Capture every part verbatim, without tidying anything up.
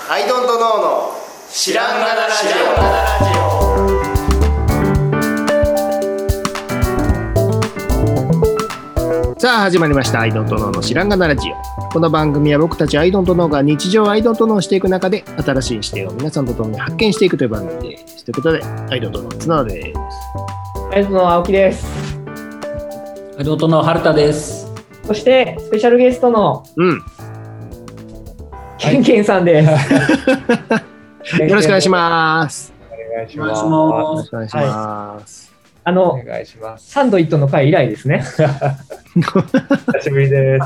アイドントノーの知らんがなラジオ。さあ始まりましたアイドントノーの知らんがなラジオ。この番組は僕たちアイドントノーが日常アイドントノーしていく中で新しい視点を皆さんと共に発見していくという番組です。ということでアイドントノー綱田です。 アイドントノー青木です。 アイドントノー春田です。 そしてスペシャルゲストのうんケンケンさんです。 よろしくお願いします。 お願いしお願いしま。 ますす。 お願いします。 あの、 お願いします。 サンドイットの回以来ですね。 久しぶりです。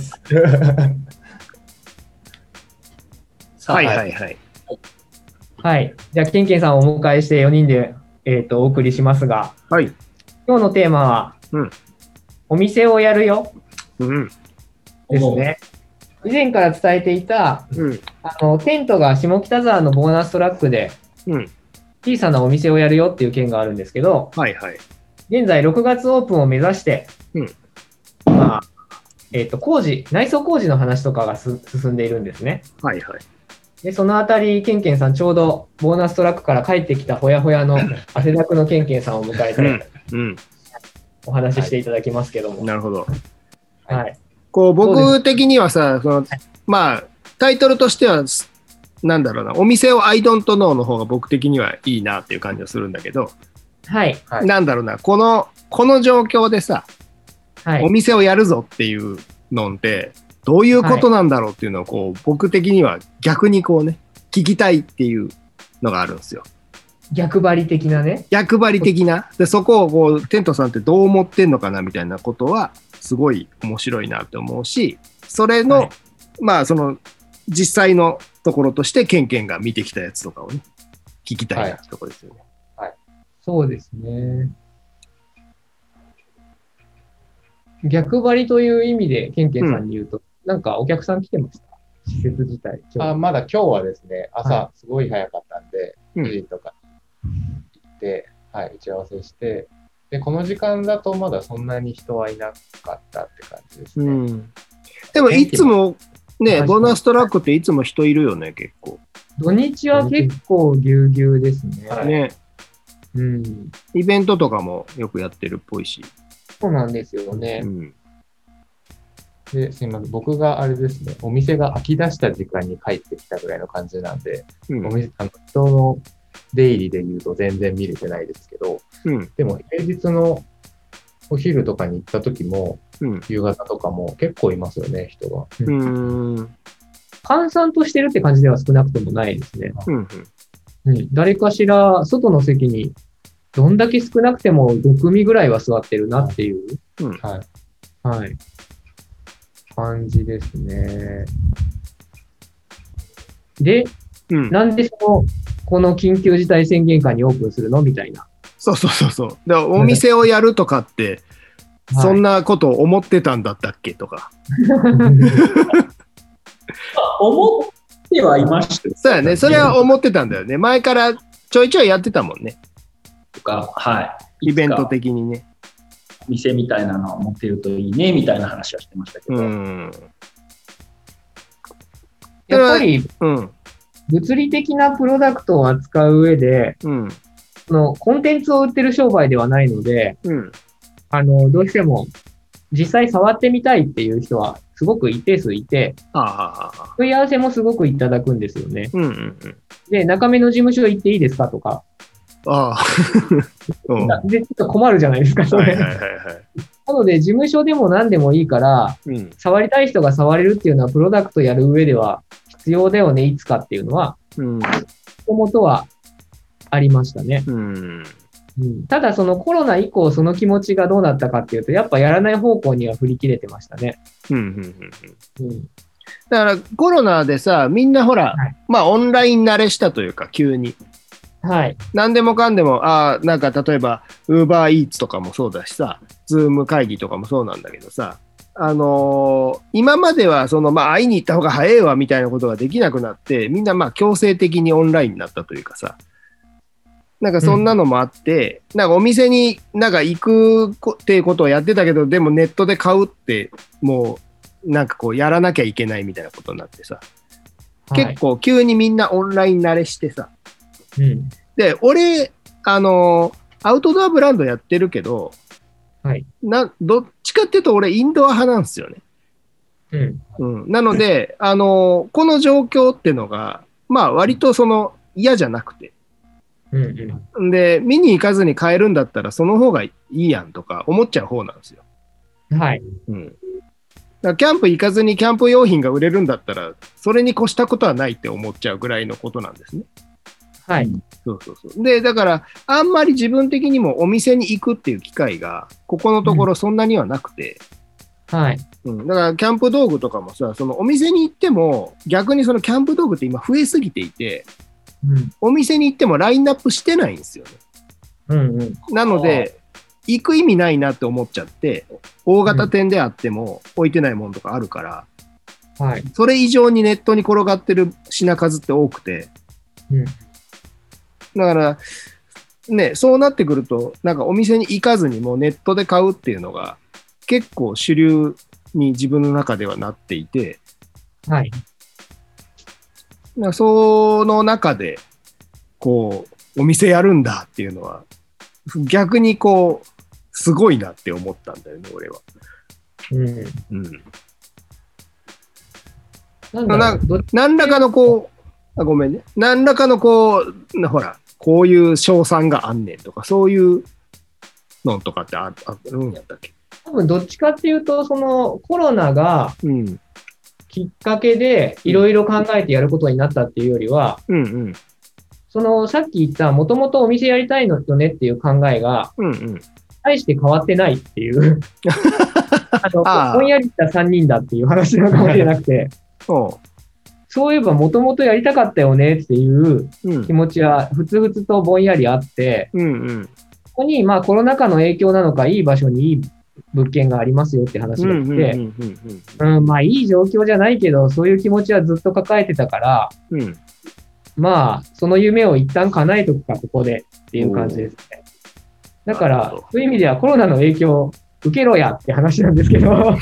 はいはいはい。 はい。じゃあケンケンさんをお迎えしてよにんで、えー、とお送りしますが、 はい。 今日のテーマは、 うん、 お店をやるよ、 うん、 ですね。以前から伝えていた、 うん、 あのテントが下北沢のボーナストラックでうん、 小さなお店をやるよっていう件があるんですけど、 はいはい。 現在ろくがつオープンを目指して、 うん、 まあ、えっ、と、工事、内装工事の話とかがす進んでいるんですね。 はいはい。 で、そのあたり、ケンケンさん、ちょうどボーナストラックから帰ってきたほやほやの汗だくのケンケンさんを迎えて、 うん、 お話ししていただきますけども。 うん、なるほど。 はい。 こう僕的にはさ、そのまあタイトルとしてはなんだろうな、お店をアイドントノーの方が僕的にはいいなっていう感じがするんだけど、 はい。 はいなんだろうな、このこの状況でさ、 はい。 お店をやるぞっていうのってどういうことなんだろうっていうのをこう僕的には逆にこうね聞きたいっていうのがあるんですよ。 逆張り的なね。 逆張り的なで、そこをこうテントさんってどう思ってんのかなみたいなことはすごい面白いなって思うし、それの、はい、まあその実際のところとしてケンケンが見てきたやつとかをね聞きたいなってところですよね。 はい、はい、そうですね。逆張りという意味でケンケンさんに言うと、うん、なんかお客さん来てました？施設自体。 あ、まだ今日はですね、朝すごい早かったんで、はい、くじとか行って、はい、打ち合わせして、でこの時間だとまだそんなに人はいなかったって感じですね。うん、 でもいつもね、ボーナストラックっていつも人いるよね、結構。 土日は結構ぎゅうぎゅうですね。 はい、ね、うん。イベントとかもよくやってるっぽいし。 そうなんですよね。 うん、ですいません、僕があれですね、お店が空き出した時間に帰ってきたぐらいの感じなんで、うん、お店あの人の出入りで言うと全然見れてないですけど、うん、でも平日のお昼とかに行った時も、うん、夕方とかも結構いますよね、人が。うん、閑散としてるって感じでは少なくともないですね。うんうん、誰かしら外の席にどんだけ少なくてもご組ぐらいは座ってるなっていう、うん、はいはい、感じですね。で、うん、なんでそのこの緊急事態宣言下にオープンするのみたいな。 そうそうそうそう。だからお店をやるとかって、そんなことを思ってたんだったっけとか。 思ってはいましたよ。 そうやね。それは思ってたんだよね。前からちょいちょいやってたもんね。 とか、はい。 イベント的にね。 店みたいなのを持ってるといいねみたいな話はしてましたけど。うん、 やっぱり、うん、物理的なプロダクトを扱う上で、うん、そのコンテンツを売ってる商売ではないので、うん、あのどうしても実際触ってみたいっていう人はすごく一定数いて、問い合わせもすごくいただくんですよね。うんうんうん、で、中目の事務所行っていいですかとか。ああでちょっと困るじゃないですか、それ。はいはいはいはい、なので、事務所でも何でもいいから、うん、触りたい人が触れるっていうのは、プロダクトやる上では必要だよね、いつかっていうのは、もともとはありましたね。うんうん、ただ、そのコロナ以降、その気持ちがどうなったかっていうと、やっぱやらない方向には振り切れてましたね。うんうんうんうん、だから、コロナでさ、みんなほら、はい、まあ、オンライン慣れしたというか、急に。はい、何でもかんでも、あなんか例えば UberEats とかもそうだしさ、Zoom 会議とかもそうなんだけどさ、あのー、今まではその、まあ、会いに行った方が早いわみたいなことができなくなって、みんなまあ強制的にオンラインになったというかさ、なんかそんなのもあって、うん、なんかお店になんか行くっていうことをやってたけど、でもネットで買うってもうなんかこうやらなきゃいけないみたいなことになってさ、 結構急にみんなオンライン慣れしてさ。 うん、 で、俺、あの、アウトドアブランドやってるけど、 はい、 などっちかっていうと俺インドア派なんですよね。 うんうん、なので、あの、この状況っていうのが、まあ割とその嫌じゃなくて。 うんうん、 で、見に行かずに買えるんだったらその方がいいやんとか思っちゃう方なんですよ。 はい。 うん。だからキャンプ行かずにキャンプ用品が売れるんだったら、それに越したことはないって思っちゃうぐらいのことなんですね。 はい。 そうそうそう。で、だから、あんまり自分的にもお店に行くっていう機会が、ここのところそんなにはなくて。 うん、はい。 うん。だから、キャンプ道具とかもさ、そのお店に行っても、逆にそのキャンプ道具って今増えすぎていて、うん、お店に行ってもラインナップしてないんですよね。 うんうん。 なので、行く意味ないなって思っちゃって、大型店であっても置いてないものとかあるから、 うん、はい。 それ以上にネットに転がってる品数って多くて、 うん。 だから、ね、そうなってくると、なんかお店に行かずにもうネットで買うっていうのが結構主流に自分の中ではなっていて、 はい。 その中で、こう、お店やるんだっていうのは、逆にこう、すごいなって思ったんだよね、俺は。 うん。 うん。なんだ何らかのこう、あ、ごめんね。何らかのこう、ほら、こういう賞賛があんねんとか、そういうのとかってあるんやったっけ？ 多分どっちかっていうと、そのコロナがきっかけでいろいろ考えてやることになったっていうよりは、 うんうん、 そのさっき言ったもともとお店やりたいのよねっていう考えが、 うんうん、 大して変わってないっていうあのあぼんやりしたさんにんだっていう話なのかもしれなくてそういえばもともとやりたかったよねっていう気持ちはふつふつとぼんやりあって、 うんうん、 ここにまあコロナ禍の影響なのかいい場所にいい物件がありますよって話があって、まあいい状況じゃないけどそういう気持ちはずっと抱えてたから、 うん、 まあその夢を一旦叶えとくかここでっていう感じですね。だからそういう意味ではコロナの影響受けろやって話なんですけど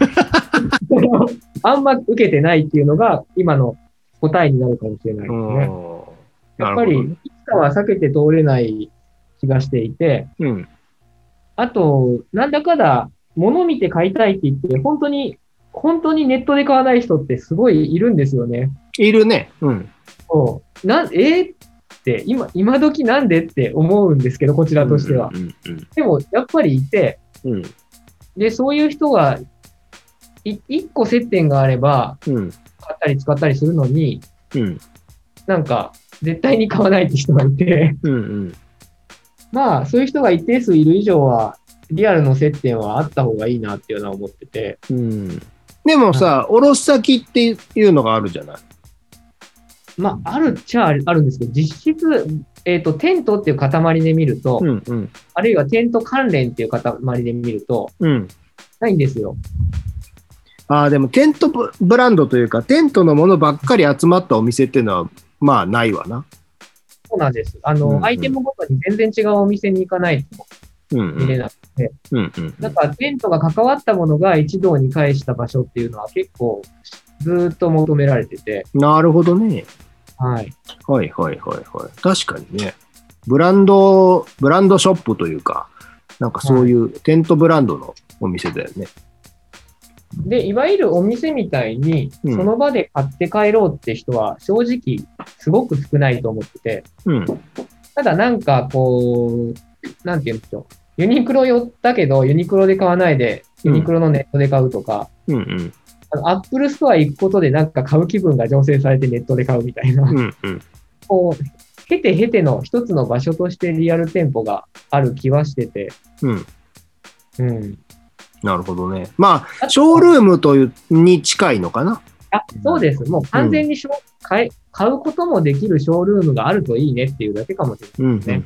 あんま受けてないっていうのが今の答えになるかもしれないですね。やっぱりいつかは避けて通れない気がしていて、 うん、 あとなんだかだ物見て買いたいって言って本当に本当にネットで買わない人ってすごいいるんですよね。 いるね。うん。 そうなんえー、って今今時なんでって思うんですけどこちらとしては。 うんうんうん、 でもやっぱりいて、 うん、 でそういう人がい一個接点があれば、 うん、 買ったり使ったりするのに、 うん、 なんか絶対に買わないって人がいて、 うんうん、 まあそういう人が一定数いる以上はリアルの接点はあった方がいいなっていうのは思ってて。 うん、でもさ、卸先っていうのがあるじゃない。 まああるっちゃあるんですけど、実質、えっと、テントっていう塊で見ると、 うんうん、 あるいはテント関連っていう塊で見ると、 うん、 ないんですよ。 ああ、でもテントブランドというか、テントのものばっかり集まったお店っていうのは、まあないわな。 そうなんです。あの、うんうん、アイテムごとに全然違うお店に行かないと見れなくて、 うんうん、 だからテントが関わったものが一堂に会した場所っていうのは結構ずっと求められてて。 なるほどね。 はい。 はいはいはいはい。確かにね。ブランド、ブランドショップというか、なんかそういうテントブランドのお店だよね。 で、いわゆるお店みたいに、その場で買って帰ろうって人は正直すごく少ないと思ってて、 うん、 ただなんかこう、なんて言うんでしょう。ユニクロ寄ったけど、ユニクロで買わないで、ユニクロのネットで買うとか、 うんうん、 あのアップルストア行くことでなんか買う気分が醸成されてネットで買うみたいな、 うんうん、 こう、へてへての一つの場所としてリアル店舗がある気はしてて、 うんうん、 なるほどね。まあ、ショールームというに近いのかな。 あ、そうです。もう完全にショ、うん、買い、買うこともできるショールームがあるといいねっていうだけかもしれないですね。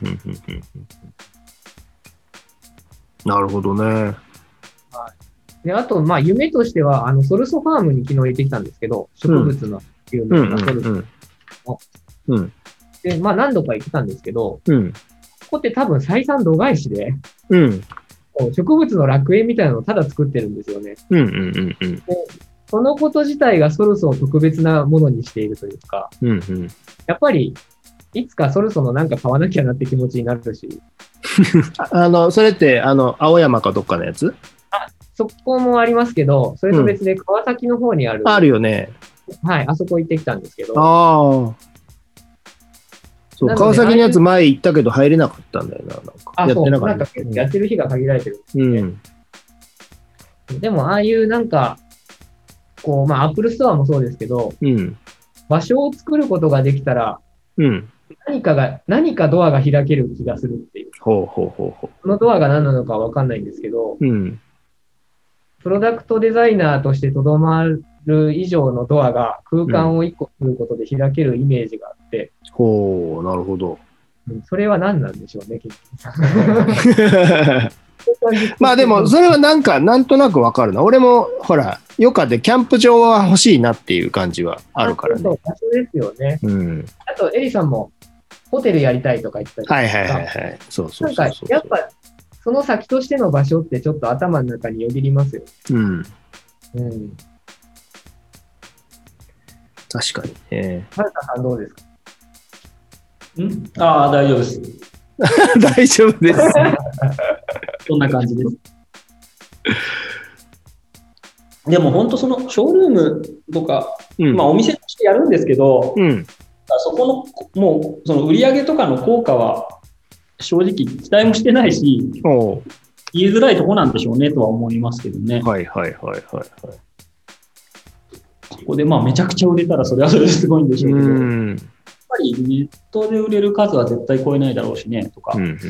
なるほどね。はいで、あと、まあ、夢としては、あの、ソルソファームに昨日行ってきたんですけど、植物の有名なソルソ。 うん。 で、まあ、何度か行ってたんですけど、 うん、 ここって多分採算度外視で、 うん、 植物の楽園みたいなのをただ作ってるんですよね。 うんうんうんうん、でそのこと自体がソルソを特別なものにしているというか、 うんうん、 やっぱり、いつかソルソのなんか買わなきゃなって気持ちになるし。 あの、それって、あの、青山かどっかのやつ？ あ、そこもありますけど、それと別で川崎の方にある。 うん、あるよね。 はい、あそこ行ってきたんですけど。 ああ。そう、川崎のやつ前行ったけど入れなかったんだよな。なんかあ、そう、なんかやってる日が限られてるんですよね。うん、でも、ああいうなんか、こう、まあ、アップルストアもそうですけど、うん、場所を作ることができたら、うん、何かが、何かドアが開ける気がするっていう。 ほうほうほうほう。 そのドアが何なのかわかんないんですけど、うん、プロダクトデザイナーとしてとどまる以上のドアが空間を一個作ることで開けるイメージがあって。 うん、ほう、なるほど。 それは何なんでしょうね、結局。 まあでも、それはなんか、なんとなくわかるな。俺も、ほら、余暇でキャンプ場は欲しいなっていう感じはあるからね。 そうそう、場所ですよね。うん。あと、エリさんも、ホテルやりたいとか言ったりとか。 はいはいはいはい。そうそうそうそう。 なんか、やっぱ、その先としての場所ってちょっと頭の中によぎりますよね。うん。うん。 確かにね。 はるかさんどうですか？ んああ、大丈夫です。 大丈夫です。 そんな感じです。でも本当そのショールームとか、うん、まあお店としてやるんですけど、うん、そこのもうその売り上げとかの効果は正直期待もしてないし、言いづらいとこなんでしょうねとは思いますけどね。 はいはいはいはい、はい。 ここでまあめちゃくちゃ売れたらそれはそれですごいんでしょうけど、うんやっぱりネットで売れる数は絶対超えないだろうしねとか、うんうんうんうん、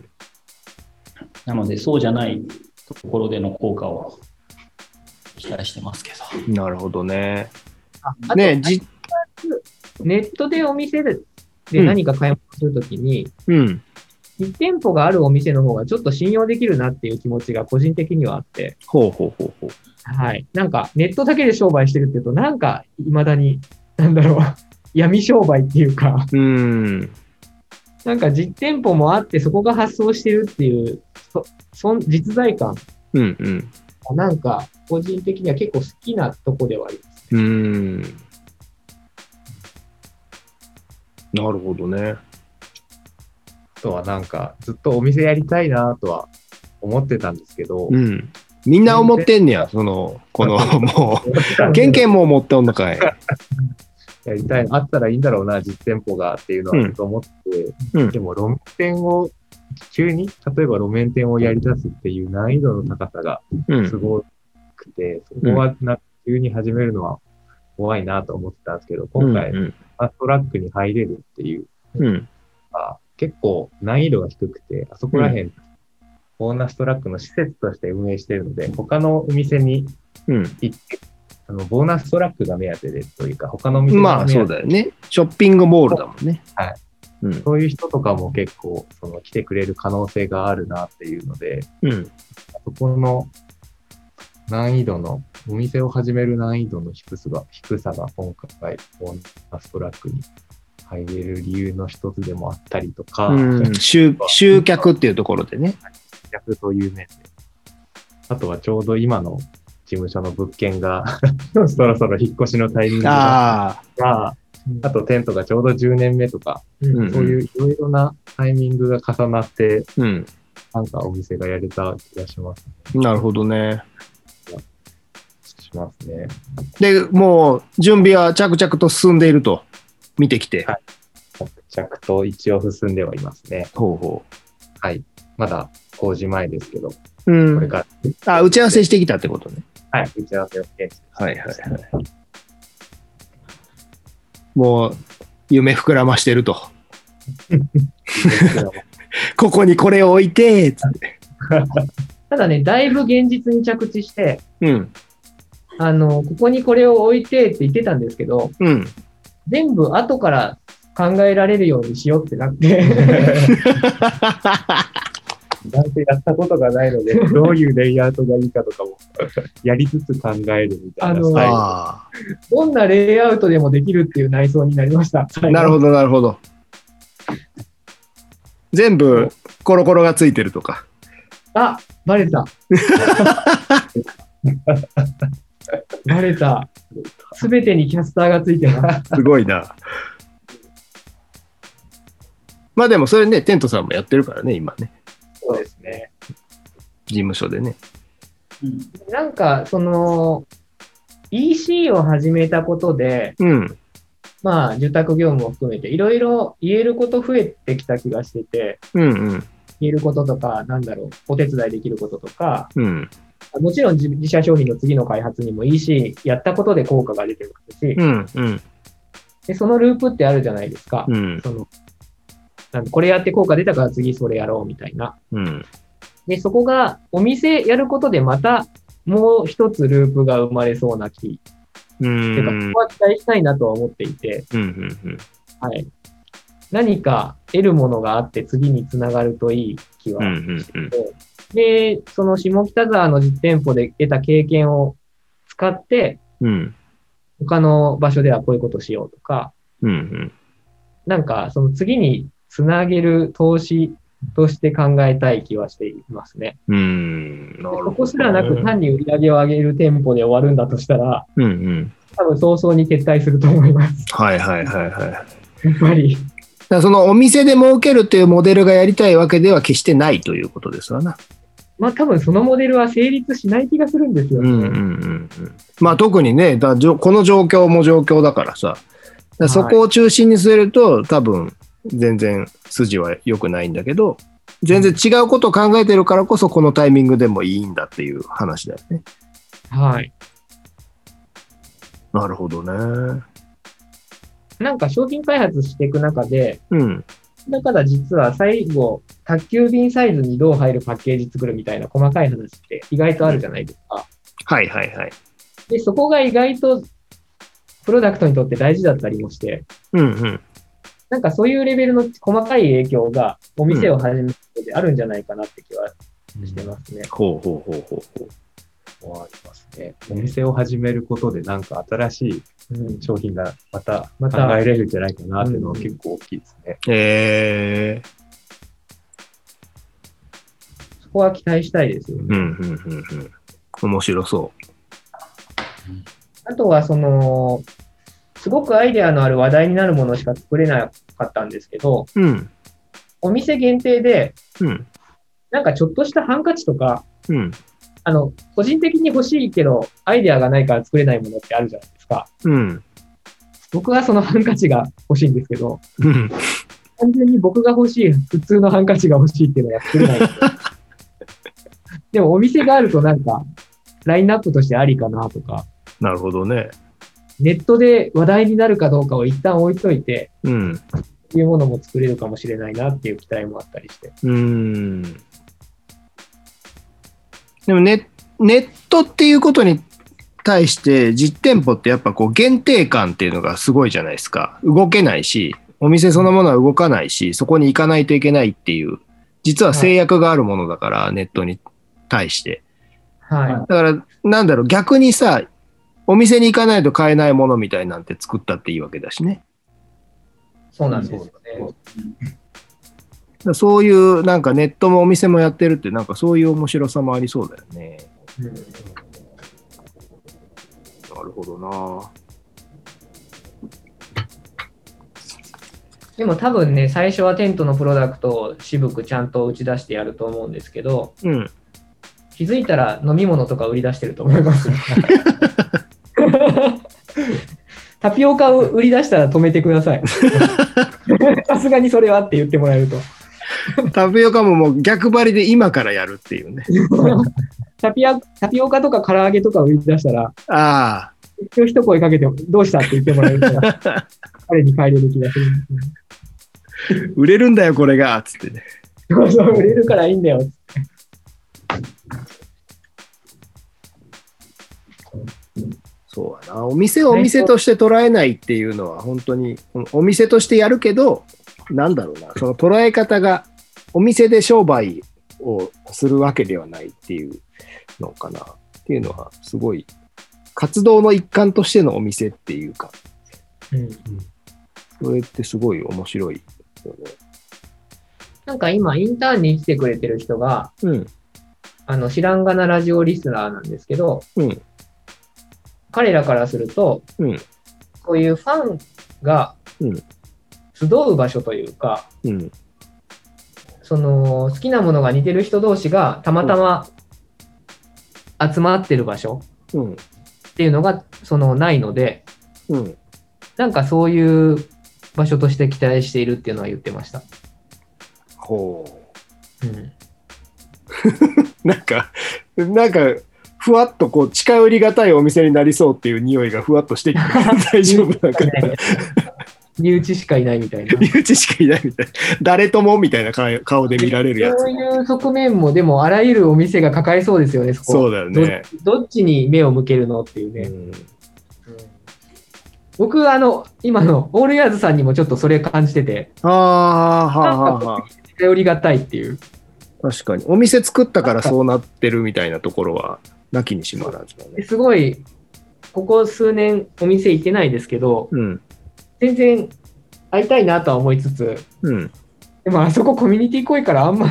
なのでそうじゃないところでの効果を期待してますけど。 なるほどね。 あねじネットでお店で何か買い物するときに、うん、いち店舗があるお店の方がちょっと信用できるなっていう気持ちが個人的にはあって。 ほうほうほうほう。 はい。なんかネットだけで商売してるっていうと、なんか未だに、なんだろう、闇商売っていうか、うん、なんか実店舗もあってそこが発送してるっていう、そそ実在感。うんうん。なんか個人的には結構好きなとこではあります、ね。うん。 なるほどね。 あとはなんかずっとお店やりたいなとは思ってたんですけど、うん、 みんな思ってんねや、そのこのもうケンケンも思ってんのかい。 やりたいあったらいいんだろうな実店舗がっていうのはと思って、うん、でも路面店を急に例えば路面店をやり出すっていう難易度の高さがすごくて、うん、そこはな急に始めるのは怖いなと思ってたんですけど、今回、うんうん、ファストラックに入れるっていう、うん、結構難易度が低くて、あそこら辺、うん、ボーナストラックの施設として運営しているので、他のお店に行って、うん、あのボーナストラックが目当てでというか、他のお店がまあそうだよね。ショッピングモールだもんね。 はい。うん、そういう人とかも結構その来てくれる可能性があるなっていうので、うん、そこの難易度の、お店を始める難易度の低さが、低さが今回、ボーナストラックに入れる理由の一つでもあったりとか、うん、 集, 集客っていうところでね。 集客という面で。あとはちょうど今の事務所の物件がそろそろ引っ越しのタイミングが、あ, あ, あとテントがちょうどじゅうねんめとか、うんうん、そういういろいろなタイミングが重なって、うん、なんかお店がやれた気がします、 ね。なるほどね。 しますね。 で、もう準備は着々と進んでいると見てきて。はい。 着々と一応進んではいますね。 ほうほう。 はい。まだ工事前ですけど、 うん、これから。あ、打ち合わせしてきたってことね。 はい。打ち合わせをしてきた。はいはいはい。もう夢膨らましてると。ここにこれを置いてつって。 ただね、だいぶ現実に着地して、うん。あの、ここにこれを置いてって言ってたんですけど、うん、全部後から考えられるようにしようってなって。 なんてやったことがないので、どういうレイアウトがいいかとかもやりつつ考えるみたいなスタイル。あどんなレイアウトでもできるっていう内装になりました。 なるほど、なるほど。全部コロコロがついてるとか。 あ、バレた。 バレた。すべてにキャスターがついてます。 すごいな。まあでもそれね、テントさんもやってるからね、今ね。 そうですね。 事務所でね。 うん、なんか、その、イーシー を始めたことで、 うん、 まあ、受託業務を含めて、いろいろ言えること増えてきた気がしてて、 うんうん、 言えることとか、なんだろう、お手伝いできることとか、 うん、 もちろん自自社商品の次の開発にも イーシー やったことで効果が出てますし、 うんうん、 でそのループってあるじゃないですか。 うん、 そのなんこれやって効果出たから次それやろうみたいな。 うん、 で、そこがお店やることでまたもう一つループが生まれそうな気。うん。ていうか、そこは期待したいなとは思っていて、 うんうんうん、 はい。何か得るものがあって次につながるといい気はして、うんうんうん、で、その下北沢の実店舗で得た経験を使って、うん、他の場所ではこういうことをしようとか、うんうん、なんかその次につなげる投資として考えたい気はしていますね。うん、なるほどね。ここすらなく単に売り上げを上げる店舗で終わるんだとしたら、うんうん、多分早々に撤退すると思います。 はいはいはいはい。 やっぱり。 だそのお店で儲けるというモデルがやりたいわけでは決してないということですわな。 まあ多分そのモデルは成立しない気がするんですよね。うんうんうんうん、 まあ特にね、だこの状況も状況だからさ、だそこを中心にすると、はい、多分全然筋は良くないんだけど、全然違うことを考えてるからこそこのタイミングでもいいんだっていう話だよね。 はい。 なるほどね。 なんか商品開発していく中で、うん、だから実は最後、宅急便サイズにどう入るパッケージ作るみたいな細かい話って意外とあるじゃないですか。 はいはいはい。 で、そこが意外とプロダクトにとって大事だったりもして、うんうん、なんかそういうレベルの細かい影響がお店を始めることであるんじゃないかなって気はしてますね。うん、 ほうほうほうほうほう。 ありますね。お店を始めることでなんか新しい商品がまた考えれるんじゃないかなっていうのは結構大きいですね。 へ、うん、 そこは期待したいですよね。 うんうんうんうん、面白そう。 あとはそのすごくアイデアのある話題になるものしか作れなかったんですけど、うん、お店限定で、うん、なんかちょっとしたハンカチとか、うん、あの個人的に欲しいけどアイデアがないから作れないものってあるじゃないですか。うん、僕はそのハンカチが欲しいんですけど、うん、単純に僕が欲しい普通のハンカチが欲しいっていうのは作れないんで。でもお店があるとなんかラインナップとしてありかなとか。 なるほどね。 ネットで話題になるかどうかを一旦置いといて、うん、そういうものも作れるかもしれないなっていう期待もあったりして。うーん。 でもネ、ネットっていうことに対して実店舗ってやっぱこう限定感っていうのがすごいじゃないですか。動けないし、お店そのものは動かないし、そこに行かないといけないっていう、実は制約があるものだから、はい、ネットに対して。はい。だから、なんだろう、逆にさ、お店に行かないと買えないものみたいなんて作ったっていいわけだしね。 そうなんですよね。そういうなんかネットもお店もやってるってなんかそういう面白さもありそうだよね。うん、なるほどな。 でも多分ね、最初はテントのプロダクトを渋くちゃんと打ち出してやると思うんですけど、うん、気づいたら飲み物とか売り出してると思います。タピオカを売り出したら止めてください。さすがにそれはって言ってもらえると。 タピオカももう逆張りで今からやるっていうね。 タピア、タピオカとか唐揚げとか売り出したら、ああ。 一応一声かけて、どうしたって言ってもらえるから、彼に帰れる気がするんですね。売れるんだよ、これが、つってね。 そうそう、売れるからいいんだよ、つって。 そうやな。お店をお店として捉えないっていうのは本当にお店としてやるけど、なんだろうな、その捉え方がお店で商売をするわけではないっていうのかなっていうのはすごい活動の一環としてのお店っていうか、うんうん、それってすごい面白いよね。 なんか今インターンに来てくれてる人が、うん、あの知らんがなラジオリスナーなんですけど、うん、 彼らからすると、うん、そういうファンが集う場所というか、うん、その好きなものが似てる人同士がたまたま集まってる場所っていうのがそのないので、うん、なんかそういう場所として期待しているっていうのは言ってました。 ほう。うん、なんか、なんか、ふわっとこう近寄りがたいお店になりそうっていう匂いがふわっとしてきて大丈夫なんか身内しかいないみたいな。 身内しかいないみたいな。誰ともみたいな顔で見られるやつ。 そういう側面もでもあらゆるお店が抱えそうですよね、そこ。 そうだよね。 ど、どっちに目を向けるのっていうね。うんうん、僕、あの、今のオールイヤーズさんにもちょっとそれ感じてて。 ああ、はあ、はあ。 近寄りがたいっていう。 確かに。お店作ったからそうなってるみたいなところは、なきにしもあらずだね。 すごい、ここ数年お店行ってないですけど、うん、全然会いたいなとは思いつつ、うん、でもあそこコミュニティ濃いからあんま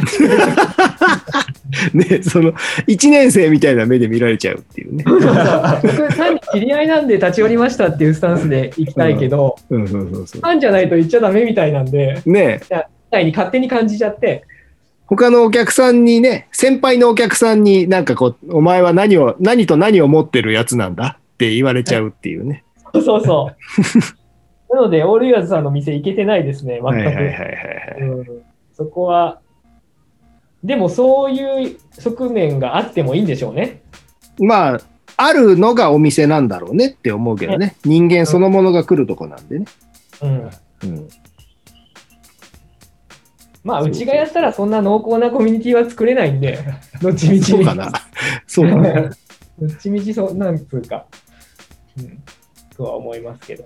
ね、そのいちねん生みたいな目で見られちゃうっていうね。僕単に知り合いなんで立ち寄りましたっていうスタンスで行きたいけど、ファンじゃないと行っちゃダメみたいなんで、ね、みたいに勝手に感じちゃって。 他のお客さんにね、先輩のお客さんになんかこう、お前は何を、何と何を持ってるやつなんだって言われちゃうっていうね。 そうそうそう。なので、オールイヤーズさんの店行けてないですね、全く。はいはいはいはい、うん。そこは、でもそういう側面があってもいいんでしょうね。 まあ、あるのがお店なんだろうねって思うけどね。人間そのものが来るとこなんでね。うん。うんまあ、うちがやったらそんな濃厚なコミュニティは作れないんで、どっちみち。 そうかな。そうかな。 どっちみちそう、なんつうか、うん、とは思いますけど。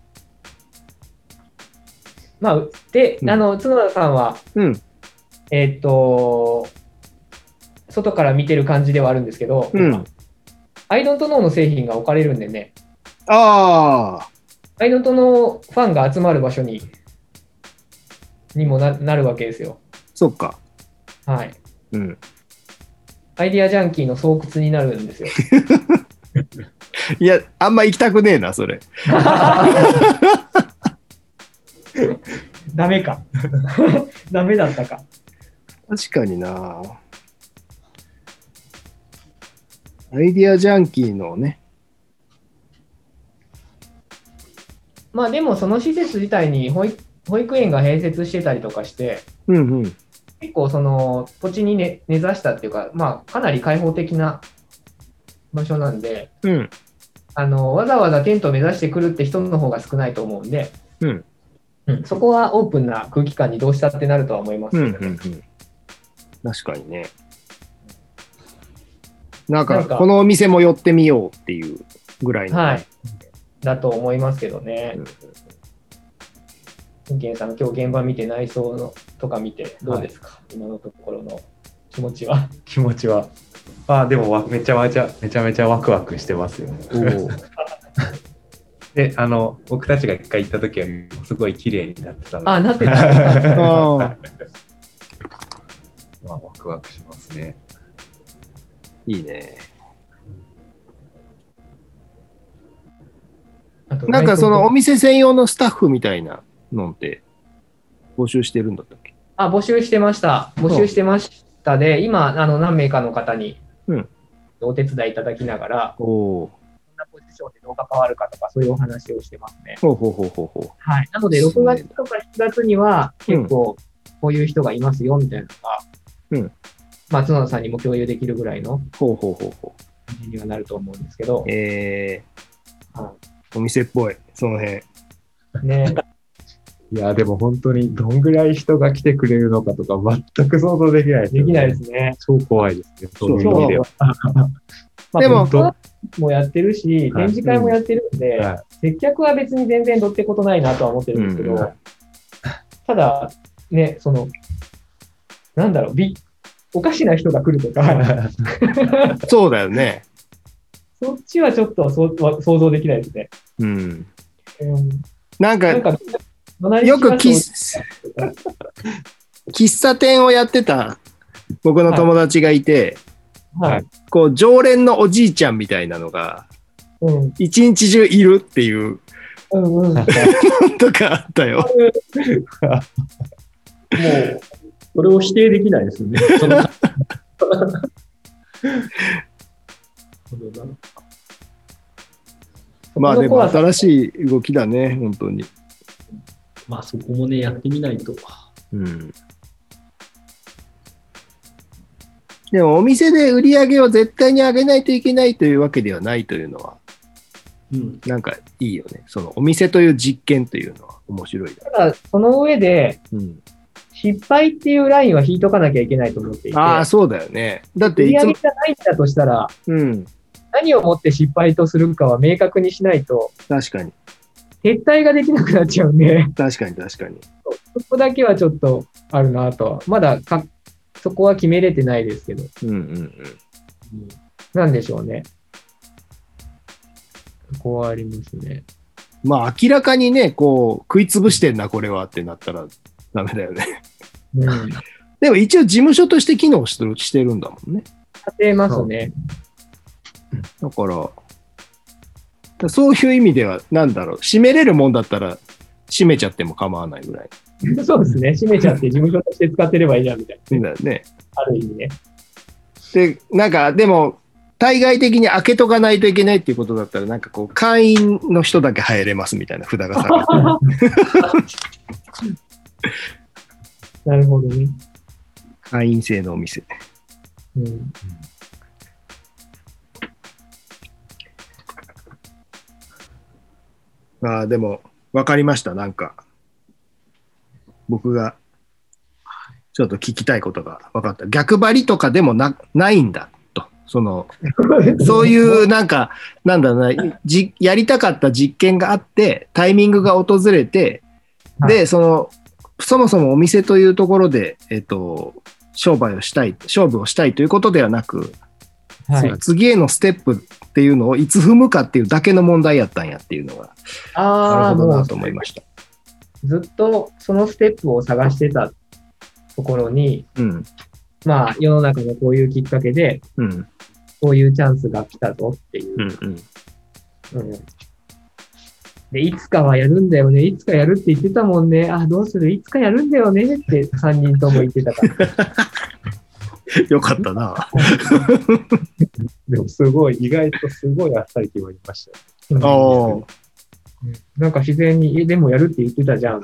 まあ、で、うん、あの、角田さんは、うん、えー、っと、外から見てる感じではあるんですけど、うん、アイドントノーの製品が置かれるんでね。 ああ。 アイドントノーファンが集まる場所に、にも な, なるわけですよ。 そっか。 はい。うん。アイディアジャンキーの巣窟になるんですよ。 いや、あんま行きたくねえな、それ。 ダメか。ダメだったか。 確かにな。アイディアジャンキーのね。 まあでもその施設自体に保育保育園が併設してたりとかして、うんうん、結構その土地に、ね、根ざしたっていうか、まあ、かなり開放的な場所なんで、うん、あのわざわざテントを目指してくるって人の方が少ないと思うんで、うんうん、そこはオープンな空気感にどうしたってなるとは思いますけどね。うんうんうん、 確かにね。なんかこのお店も寄ってみようっていうぐらいの、 はい、だと思いますけどね。うんケンさん、今日現場見て内装のとか見てどうですか、はい、今のところの気持ちは。 気持ちは。あでもめちゃめちゃめちゃめちゃワクワクしてますよね。で、あの僕たちが一回行った時はすごい綺麗になってたので。 あ、なってた。 まあワクワクしますね。 いいね。なんかそのお店専用のスタッフみたいなのって募集してるんだったっけ？ あ、募集してました。募集してましたで、今、あの何名かの方にお手伝いいただきながら、うん、どんなポジションでどう関わるかとか、そういうお話をしてますね。 ほうほうほうほうほう。 はい。なので、ろくがつとかしちがつには、結構、こういう人がいますよ、みたいなのが、うん。まあ、角田さんにも共有できるぐらいの、 ほうほうほうほう。 感じにはなると思うんですけど。 えー、はい、お店っぽい、その辺。 ね。 いや、でも本当にどんぐらい人が来てくれるのかとか全く想像できないですね。できないですね。 超怖いですね。そういう意味では。 まあ、でも、もやってるし、展示会もやってるんで、はい、接客は別に全然どってことないなとは思ってるんですけど、うん、ただ、ね、その、なんだろう、びおかしな人が来るとか。 そうだよね。 そっちはちょっとそ想像できないですね。うん。うん、 なんか、なんかよく喫茶店をやってた僕の友達がいて、はいはい、こう常連のおじいちゃんみたいなのがうん、一日中いるっていう、うんうん、とかあったよ。 もう、それを否定できないですよね。そのまあでも新しい動きだね、本当に。 まあそこもね、やってみないと。うん。 でもお店で売り上げを絶対に上げないといけないというわけではないというのは、うん、なんかいいよね。そのお店という実験というのは面白い。 ただ、その上で、うん、失敗っていうラインは引いとかなきゃいけないと思っていて。 ああ、そうだよね。だっていつも売り上げがないんだとしたら、うん、何をもって失敗とするかは明確にしないと。 確かに。 撤退ができなくなっちゃうんで。 確かに確かに。 そこだけはちょっとあるなと。まだかそこは決めれてないですけど。うんうんうん。なんでしょうね。そこはありますね。 まあ明らかにね、こう、食いつぶしてんな、これはってなったらダメだよね。うん、でも一応事務所として機能してる、してるんだもんね。 立てますね。 だから、そういう意味では、なんだろう、閉めれるもんだったら、閉めちゃっても構わないぐらい。 そうですね。閉めちゃって事務所として使ってればいいじゃんみたいな。 だよね。 ある意味ね。 で、なんか、でも、対外的に開けとかないといけないっていうことだったら、なんかこう、会員の人だけ入れますみたいな札がされて。 なるほどね。 会員制のお店。うん。ああ、でも、わかりました。なんか、僕が、ちょっと聞きたいことが分かった。逆張りとかでも な, ないんだと。その、そういうなんか、なんだろうな、じ、やりたかった実験があって、タイミングが訪れて、で、その、そもそもお店というところで、えっと、商売をしたい、勝負をしたいということではなく、はい、次へのステップっていうのをいつ踏むかっていうだけの問題やったんやっていうのが、なるほどなと思いました。 ずっとそのステップを探してたところに、うん、まあ世の中のこういうきっかけで、うん、こういうチャンスが来たぞっていう、うんうんうん。で、いつかはやるんだよね、いつかやるって言ってたもんね、あ、どうする、いつかやるんだよねってさんにんとも言ってたから。 よかったな。 でもすごい、意外とすごいあっさり決まりましたよ。 ああ。なんか自然に、え、でもやるって言ってたじゃん。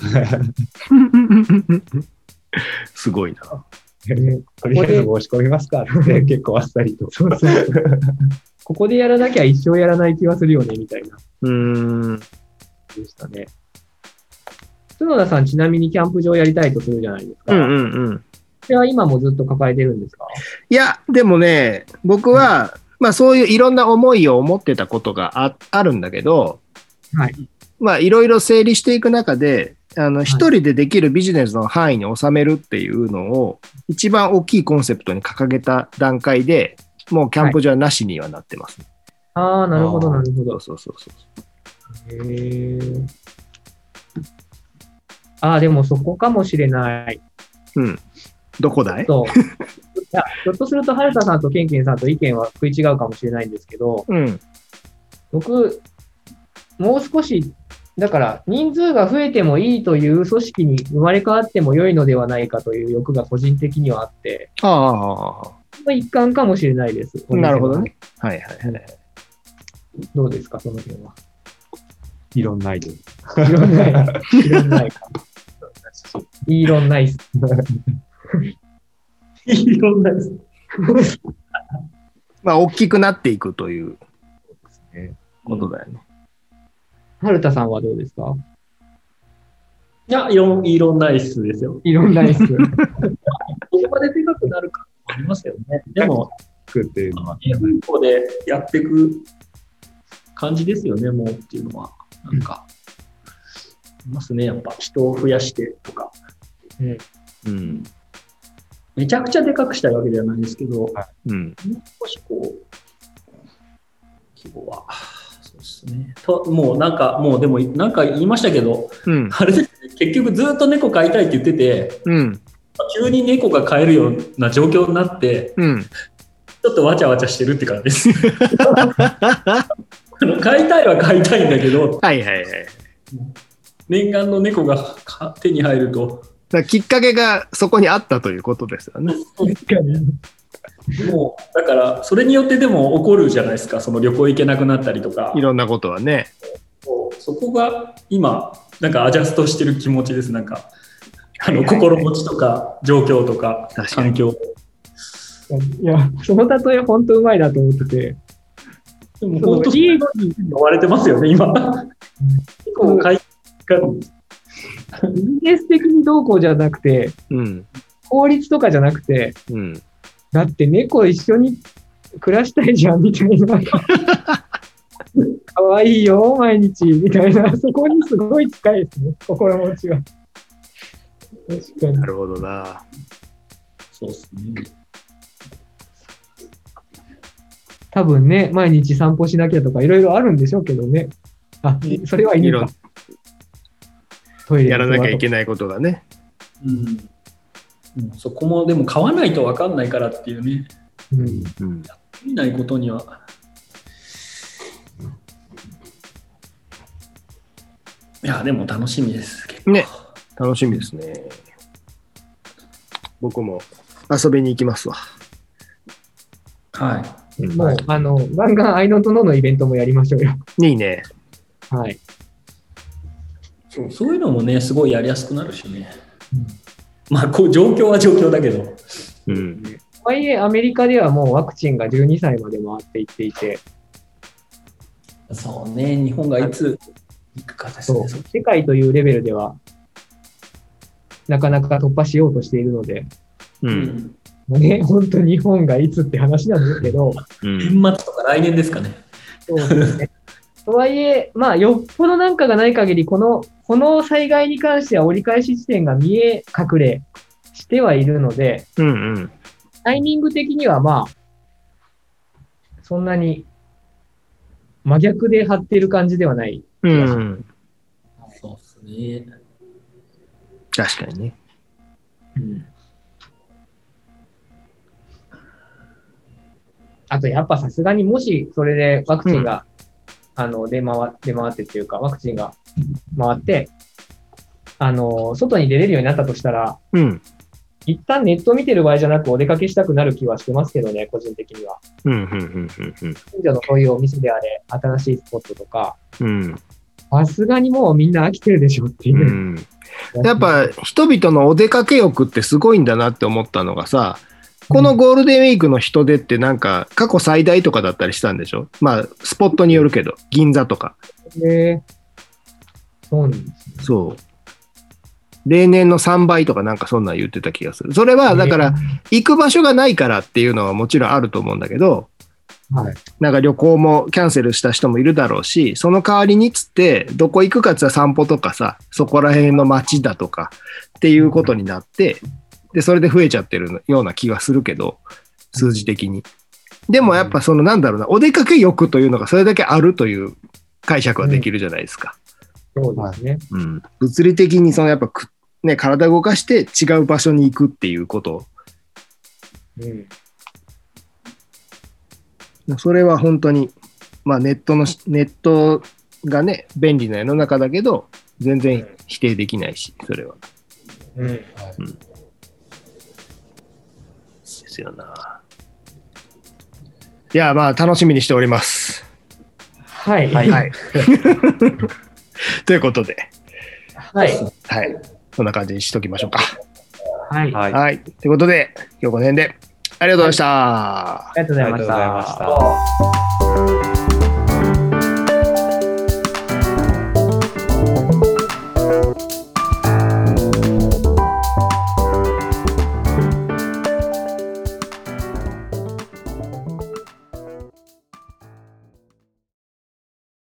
すごいな。 とりあえず申し込みますかって結構あっさりと。そうそう。 ここでやらなきゃ一生やらない気はするよね、みたいな。うーん。でしたね。角田さん、ちなみにキャンプ場やりたいとするじゃないですか。うんうんうん。それは今もずっと抱えてるんですか？ いや、でもね、僕は、うん、まあそういういろんな思いを持ってたことが あ, あるんだけど、はい。まあいろいろ整理していく中で、あの、一人でできるビジネスの範囲に収めるっていうのを、一番大きいコンセプトに掲げた段階で、もうキャンプ場はなしにはなってます、ね。 はい、ああ、なるほど、なるほど。 そうそうそうそう。へえ。ああ、でもそこかもしれない。 うん。どこだい？ そう。いや、ひょっとすると、春田さんとケンケンさんと意見は食い違うかもしれないんですけど、うん、僕、もう少し、だから人数が増えてもいいという組織に生まれ変わっても良いのではないかという欲が個人的にはあって、ああ、一環かもしれないです。 なるほどね。はいはいはい。 どうですか、その辺は。 いろんなアイデア。いろんなアイデア。いろんなアイデア。いろんなアイデア。 いろんなアイデア。 まあ、大きくなっていくということだよね。 春田さんはどうですか？ いや、いろいろんなアイスですよ。 いろんなアイス。どこまででかくなるかもありますけどね。でも、 作っていうのは。 ここでやっていく感じですよね、もうっていうのは。なんか、いますね、やっぱ人を増やしてとか。うんうん、めちゃくちゃでかくしたいわけではないですけど、うん、もう少しこう、規模は。そうですね。と、もうなんか、もうでも、なんか言いましたけど、うん、あれですね、結局ずっと猫飼いたいって言ってて、うん、急に猫が飼えるような状況になって、うん、ちょっとわちゃわちゃしてるって感じです。 あの飼いたいは飼いたいんだけど、 はいはいはい。 念願の猫が手に入ると。 だきっかけがそこにあったということですよね。 もうだからそれによってでも起こるじゃないですか、その旅行行けなくなったりとか。 いろんなことはね。 そこが今なんかアジャストしてる気持ちです。なんかあの心持ちとか状況とか環境。 いや、その例え本当うまいなと思ってて。 でも本当に言われてますよね今。結構快感。 ビジネス的にどうこうじゃなくて、うん、法律とかじゃなくて、うん、だって猫一緒に暮らしたいじゃんみたいな。かわいいよ毎日みたいな、そこにすごい近いですね、心持ちが。確かに。 なるほどな。 そうですね。 多分ね、毎日散歩しなきゃとかいろいろあるんでしょうけどね。あ、それはいいのか。 トイレやらなきゃいけないことがね。 うん。そこもでも買わないと分かんないからっていうね。うん。やってみないことには。いや、でも楽しみですけど。 ね。楽しみですね。僕も遊びに行きますわ。 はい。 もう、あの、ガンガンアイノとノのイベントもやりましょうよ。 いいね。 はい。 そう、そういうのもね、すごいやりやすくなるしね。うん、まあこう、状況は状況だけど。 うん。とはいえ、アメリカではもうワクチンがじゅうにさいまで回っていっていて。 そうね、日本がいつ行くかですね。 そう、世界というレベルでは、なかなか突破しようとしているので。うん。もうね、本当に日本がいつって話なんですけど。 うん、年末とか来年ですかね。 そうですね。とはいえ、まあ、よっぽどなんかがない限り、この、この災害に関しては折り返し地点が見え隠れしてはいるので、うんうん、タイミング的にはまあ、そんなに真逆で張っている感じではない。うん。 そうですね。 確かにね。うん、 あと、やっぱさすがにもしそれでワクチンが、うんあの、出回、出回ってっていうか、ワクチンが回って、あの、外に出れるようになったとしたら、うん。一旦ネット見てる場合じゃなくお出かけしたくなる気はしてますけどね、個人的には。うん、うん、うん、うん。近所のそういうお店であれ、新しいスポットとか、うん。さすがにもうみんな飽きてるでしょっていう。うん。 やっぱ、人々のお出かけ欲ってすごいんだなって思ったのがさ、このゴールデンウィークの人出ってなんか過去最大とかだったりしたんでしょ？まあスポットによるけど、銀座とか。 へえ。そうなんですね。 そう。例年のさんばいとかなんかそんなん言ってた気がする。それはだから行く場所がないからっていうのはもちろんあると思うんだけど、はい、なんか旅行もキャンセルした人もいるだろうし、その代わりにつってどこ行くかって言ったら散歩とかさ、そこら辺の街だとかっていうことになって、で、それで増えちゃってるような気がするけど、数字的に。でもやっぱそのなんだろうな、お出かけ欲というのがそれだけあるという解釈はできるじゃないですか。 うん、そうですね。 うん。物理的にそのやっぱく、ね、体を動かして違う場所に行くっていうこと。うん。それは本当に、まあネットの、ネットがね、便利な世の中だけど、全然否定できないし、それは。うん。はい、うんですよな。いや、まあ楽しみにしております。 はい。 はい。はい、ということで、 はい。 はい。そんな感じにしときましょうか。 はい。 はい。ということで、今日この辺でありがとうございました。 ありがとうございました。